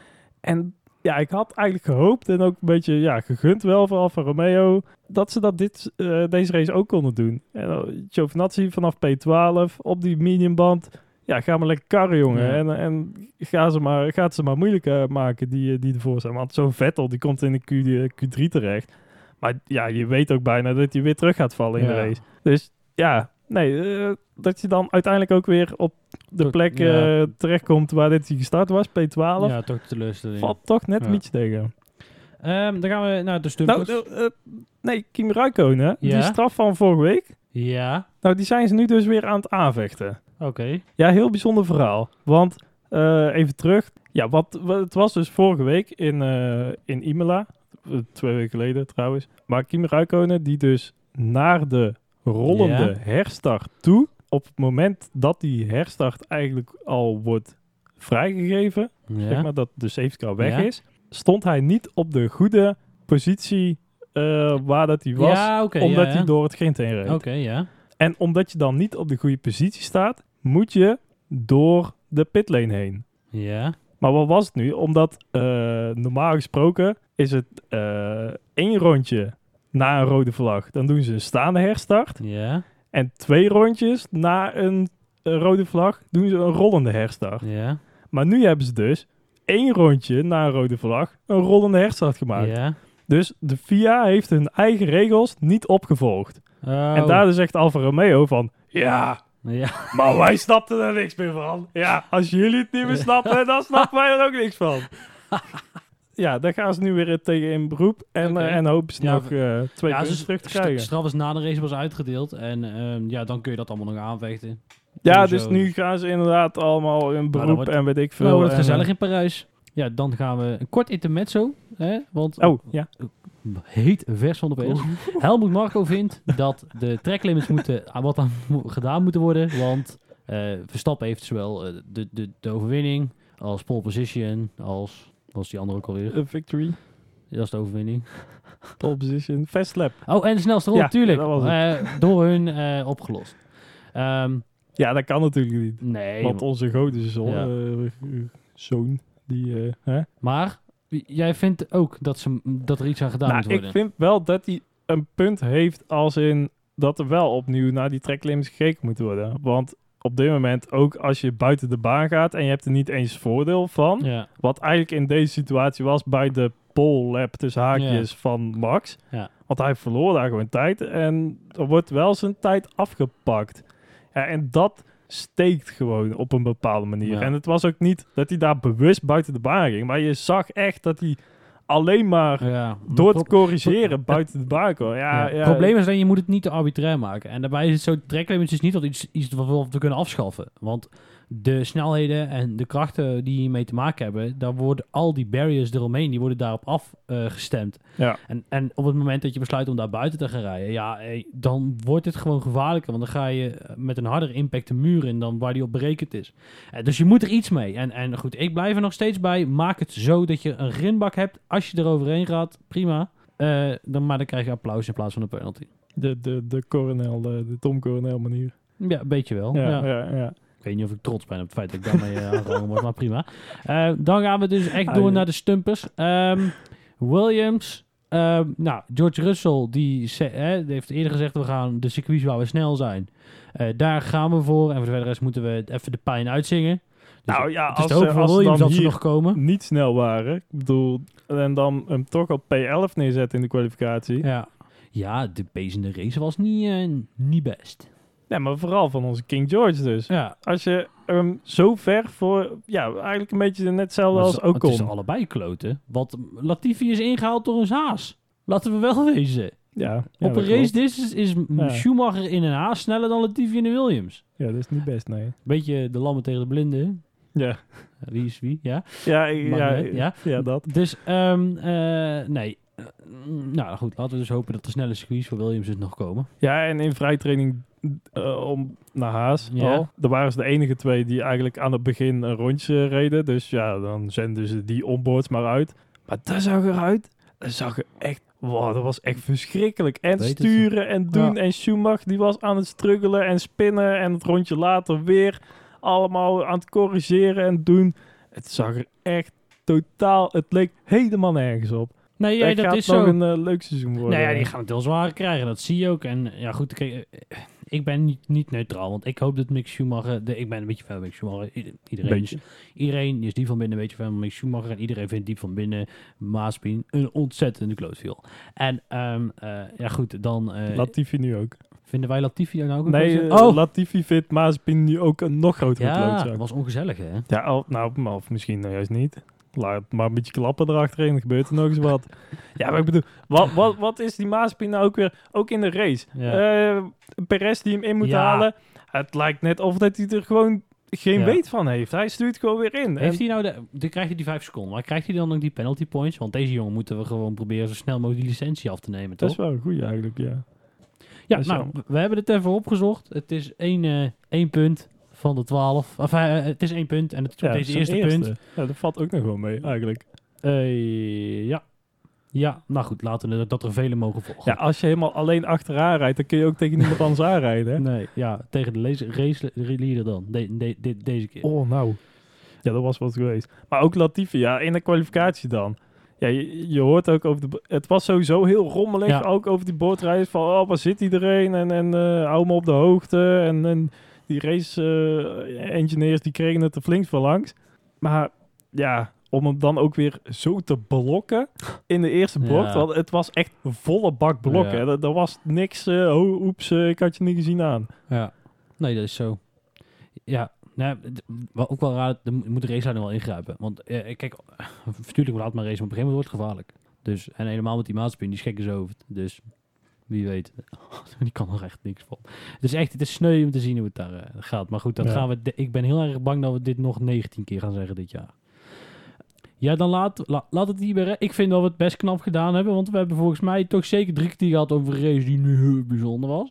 En ja, ik had eigenlijk gehoopt en ook een beetje ja, gegund wel voor Alfa Romeo dat ze dat dit, uh, deze race ook konden doen. En uh, Giovinazzi vanaf P twaalf op die mediumband. Ja, ga maar lekker karren, jongen. Ja. En, en ga ze maar, gaat ze maar moeilijk uh, maken die, die ervoor zijn. Want zo'n Vettel, die komt in de Q, Q drie terecht. Maar ja, je weet ook bijna dat hij weer terug gaat vallen in ja. de race. Dus ja, nee, uh, dat je dan uiteindelijk ook weer op de plek uh, ja. terechtkomt waar dit gestart was, P twaalf. Ja, toch teleurstelling. Valt toch net ja. een beetje tegen. Um, dan gaan we naar de stumpers. Nou, uh, uh, nee, Kimi Räikkönen, ja? Die straf van vorige week. Ja. Nou, die zijn ze nu dus weer aan het aanvechten. Oké. Okay. Ja, heel bijzonder verhaal. Want, uh, even terug. Ja, wat, wat, het was dus vorige week in, uh, in Imola. Uh, twee weken geleden trouwens. Maar Kimi Räikkönen die dus naar de rollende yeah. herstart toe. Op het moment dat die herstart eigenlijk al wordt vrijgegeven. Yeah. Zeg maar dat de safety car weg yeah. is. Stond hij niet op de goede positie uh, waar dat hij was. Ja, okay, omdat ja, ja. hij door het grind heen reed. Oké, okay, ja. En omdat je dan niet op de goede positie staat, moet je door de pitlane heen. Ja. Maar wat was het nu? Omdat uh, normaal gesproken is het uh, één rondje na een rode vlag. Dan doen ze een staande herstart. Ja. En twee rondjes na een uh, rode vlag doen ze een rollende herstart. Ja. Maar nu hebben ze dus één rondje na een rode vlag een rollende herstart gemaakt. Ja. Dus de F I A heeft hun eigen regels niet opgevolgd. Oh. En daar zegt Alfa Romeo van... Ja, ja, maar wij snapten er niks meer van. Ja, als jullie het niet meer snappen, dan snappen wij er ook niks van. Ja, daar gaan ze nu weer tegen in beroep. En, okay. uh, en hopen ze ja, nog uh, twee ja, punten terug te krijgen. De straf is na de race was uitgedeeld. En uh, ja, dan kun je dat allemaal nog aanvechten. Ja, Sowieso. Dus nu gaan ze inderdaad allemaal in beroep wordt, en weet ik veel. Nou, wordt het en, gezellig in Parijs. Ja, dan gaan we een kort intermezzo. Hè, want, oh, ja. Heet vers van de P S. Helmut Marko vindt dat de tracklimits moeten, wat aan gedaan moeten worden. Want uh, Verstappen heeft zowel uh, de, de, de overwinning als pole position, als... Wat was die andere ook alweer? A victory. Dat is de overwinning. Pole position. Fast lap. Oh, en de snelste ronde, ja, tuurlijk. Uh, door hun uh, opgelost. Um, ja, dat kan natuurlijk niet. Nee. Want onze grote zoon, ja. uh, zoon die... Uh, hè? Maar jij vindt ook dat, ze, dat er iets aan gedaan nou, moet worden? Ik vind wel dat hij een punt heeft als in dat er wel opnieuw naar die tracklimits gekeken moet worden. Want op dit moment, ook als je buiten de baan gaat en je hebt er niet eens voordeel van, ja. wat eigenlijk in deze situatie was bij de pole lap tussen haakjes ja. van Max. Ja. Want hij verloor daar gewoon tijd en er wordt wel zijn tijd afgepakt. Ja, en dat steekt gewoon op een bepaalde manier. Ja. En het was ook niet dat hij daar bewust buiten de baan ging, maar je zag echt dat hij alleen maar ja. door te corrigeren pro- buiten de baan kwam. Ja, ja. ja. Het probleem is dat je moet het niet te arbitrair maken. En daarbij is het zo, tracklimits is niet dat iets, iets wat we kunnen afschaffen. Want de snelheden en de krachten die hiermee te maken hebben, daar worden al die barriers eromheen, die worden daarop afgestemd. Uh, ja. en, en op het moment dat je besluit om daar buiten te gaan rijden, ja, hey, dan wordt het gewoon gevaarlijker, want dan ga je met een harder impact de muur in dan waar die op berekend is. Uh, dus je moet er iets mee. En, en goed, ik blijf er nog steeds bij. Maak het zo dat je een grindbak hebt. Als je er overheen gaat, prima. Uh, dan, maar dan krijg je applaus in plaats van een penalty. De, de, de Coronel, de, de Tom Coronel manier. Ja, een beetje wel. Ja, ja. ja, ja. Ik weet niet of ik trots ben op het feit dat ik daarmee uh, aangehangen word, maar prima. Uh, dan gaan we dus echt door naar de stumpers. Um, Williams, uh, nou, George Russell, die, ze, hè, die heeft eerder gezegd, we gaan de circuits waar we snel zijn. Uh, daar gaan we voor. En voor de rest moeten we even de pijn uitzingen. Dus nou ja, het is als, de hoop voor als Williams dan dat ze nog komen. Niet snel waren. Ik bedoel, en dan hem toch op P elf neerzetten in de kwalificatie. Ja, ja de pace in de race was niet, uh, niet best. Ja, maar vooral van onze King George dus. Ja. Als je hem um, zo ver voor... Ja, eigenlijk een beetje net hetzelfde als Ocon. Het is allebei kloten. Want Latifi is ingehaald door een Haas. Laten we wel wezen. Ja, ja, op een race distance is ja. Schumacher in een Haas sneller dan Latifi in een Williams. Ja, dat is niet best, nee. Beetje de lammen tegen de blinden. Ja. Wie is wie, ja. Ja, ja, ja, ja. ja, dat. Dus, um, uh, nee... Uh, nou goed, laten we dus hopen dat er snelle circuits voor Williams dus nog komen. Ja, en in vrijtraining uh, om naar Haas ja. al. Daar waren ze de enige twee die eigenlijk aan het begin een rondje reden. Dus ja, dan zenden ze die onboards maar uit. Maar dat zag eruit. Dat zag er echt... Wow, dat was echt verschrikkelijk. En Weet sturen het. en doen. Ja. En Schumacher die was aan het struggelen en spinnen. En het rondje later weer allemaal aan het corrigeren en doen. Het zag er echt totaal... Het leek helemaal nergens op. Nee, ja, dat gaat is nog zo. een uh, leuk seizoen worden. Nou ja, die gaan het heel zwaar krijgen. Dat zie je ook. En ja, goed, kijk, ik ben niet, niet neutraal. Want ik hoop dat Mick Schumacher... De, ik ben een beetje fan van Mick Schumacher. Iedereen is, iedereen is diep van binnen een beetje fan van Mick Schumacher. En iedereen vindt diep van binnen Mazepin een ontzettende klootviel. En um, uh, ja, goed, dan... Uh, Latifi nu ook. Vinden wij Latifi nou ook een Nee, uh, oh. Latifi vindt Mazepin nu ook een nog grotere ja, klootzak. Ja, dat was ongezellig, hè? Ja, al, nou, of misschien nou juist niet. Laat maar een beetje klappen erachterin, dan gebeurt er nog eens wat. Ja, maar ik bedoel, wat, wat, wat is die Mazepin nou ook weer, ook in de race? Ja. Uh, Perez die hem in moet ja. halen. Het lijkt net of dat hij er gewoon geen ja. weet van heeft. Hij stuurt gewoon weer in. Heeft en... hij nou de, dan krijgt hij die vijf seconden, maar krijgt hij dan ook die penalty points? Want deze jongen moeten we gewoon proberen zo snel mogelijk die licentie af te nemen, toch? Dat is wel een goeie eigenlijk, ja. Ja, nou, wel... we hebben het even opgezocht. Het is één, uh, één punt van de twaalf. Of, uh, het is één punt en het is ja, deze eerste, eerste punt. Ja, dat valt ook nog wel mee, eigenlijk. Uh, ja. Ja, nou goed, laten we dat er vele mogen volgen. Ja, als je helemaal alleen achteraan rijdt, dan kun je ook tegen niemand anders aanrijden, hè? Nee, ja, tegen de race, race leader dan. De, de, de, deze keer. Oh, nou. Ja, dat was wat geweest. Maar ook Latifi, ja, in de kwalificatie dan. Ja, je, je hoort ook over de... Het was sowieso heel rommelig, ja. ook over die boordrijders. Van, oh, waar zit iedereen? En, en uh, hou me op de hoogte. En, en die race uh, engineers, die kregen het er flink van langs. Maar ja, om hem dan ook weer zo te blokken in de eerste bocht. Ja. Want het was echt volle bak blokken. Ja. Er, er was niks, uh, oh, oeps, uh, ik had je niet gezien aan. Ja, nee, dat is zo. Ja, nou, wat ook wel raar, er moet de raceleider wel ingrijpen. Want uh, kijk, natuurlijk laat maar race, maar op een gegeven moment wordt het gevaarlijk. Dus, en helemaal met die Mazepin, die schek is over. Dus wie weet, die kan er echt niks van. Het is echt, het is sneu om te zien hoe het daar uh, gaat. Maar goed, dat ja. gaan we. De, ik ben heel erg bang dat we dit nog negentien keer gaan zeggen dit jaar. Ja, dan laat, la, laat het hierbij. Ik vind dat we het best knap gedaan hebben. Want we hebben volgens mij toch zeker drie kwartier gehad over een race die nu heel bijzonder was.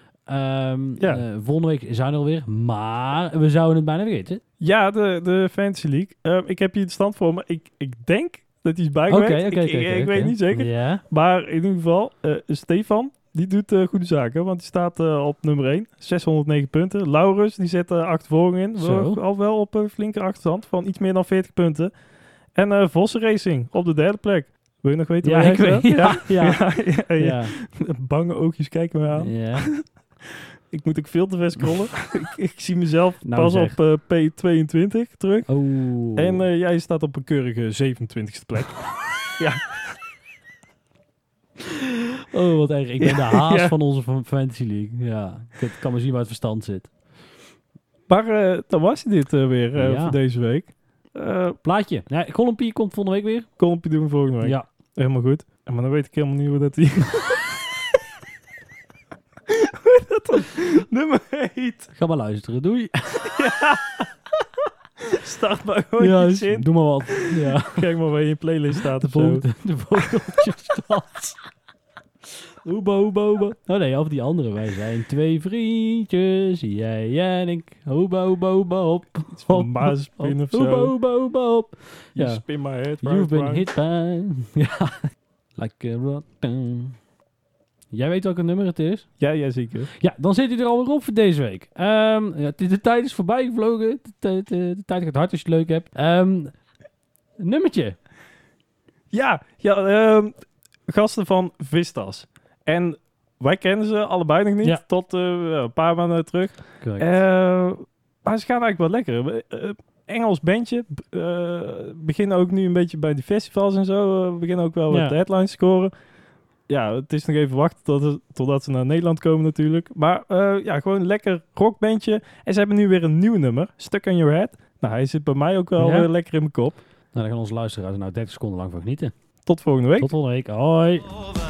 Um, ja. uh, volgende week zijn we er alweer. Maar we zouden het bijna vergeten. Ja, de, de Fantasy League. Uh, ik heb hier de stand voor me. Ik, ik denk dat hij is bijgewerkt. Okay, okay, ik okay, ik, okay, ik okay. weet niet zeker. Yeah. Maar in ieder geval, uh, Stefan, die doet uh, goede zaken. Want die staat uh, op nummer één. zeshonderdnegen punten. Laurens, die zet uh, achtervolging in. Zo. Al wel op een flinke achterstand van iets meer dan veertig punten. En uh, Vossen Racing op de derde plek. Wil je nog weten ja, waar ik weet, ja, ja, ja, ja, ja, ja. ja. Bange oogjes kijken me aan. Ja. Ik moet ook veel te ver scrollen. ik, ik zie mezelf nou pas zeg. op uh, P tweeëntwintig terug. Oh. En uh, jij staat op een keurige zevenentwintigste plek. ja. Oh, wat erg. Ik ben ja, de haas ja. van onze Fantasy League. Ja, ik kan maar zien waar het verstand zit. Maar uh, dan was dit uh, weer uh, ja. voor deze week. Uh, Plaatje. Ja, Colompie komt volgende week weer. Colompie doen we volgende week. Ja. Helemaal goed. Ja, maar dan weet ik helemaal niet hoe dat die... hoe dat dan nummer heet. Ga maar luisteren. Doei. ja. Start maar gewoon Ja, iets dus in. doe maar wat. Ja. Kijk maar waar je playlist staat De, of zo. vo- de, de vogeltjesstad. Hoeba, hoeba, hoeba. Oh nee, of die andere. Wij zijn twee vriendjes, jij en ik. Hoeba, hoeba, hoeba, op. Iets van Maaspin of Hoeba, zo. hoeba, hoeba, op. You Ja. spin my head You've right been round. hit by... Ja. Like a rotten. Jij weet welk nummer het is? Ja, ja, zeker. Ja, dan zit hij er alweer op voor deze week. Ehm, ja, de, de tijd is voorbij gevlogen. De, de, de, de tijd gaat hard als je het leuk hebt. Ehm, een nummertje. Ja, ja ehm, gasten van Vistas. En wij kennen ze allebei nog niet, Ja. tot eh, een paar maanden terug. Correct. Eh, maar ze gaan eigenlijk wel lekker. Eh, Engels bandje. eh beginnen ook nu een beetje bij die festivals en zo. eh, beginnen ook wel Ja. wat headlines scoren. Ja, het is nog even wachten tot het- totdat ze naar Nederland komen natuurlijk. Maar eh, ja, gewoon een lekker rockbandje. En ze hebben nu weer een nieuw nummer. Stuck on Your Head. Nou, hij zit bij mij ook wel Ja? weer lekker in mijn kop. Nou, dan gaan onze luisteraars er nou dertig seconden lang van genieten. Tot volgende week. Tot volgende week. Hoi. Over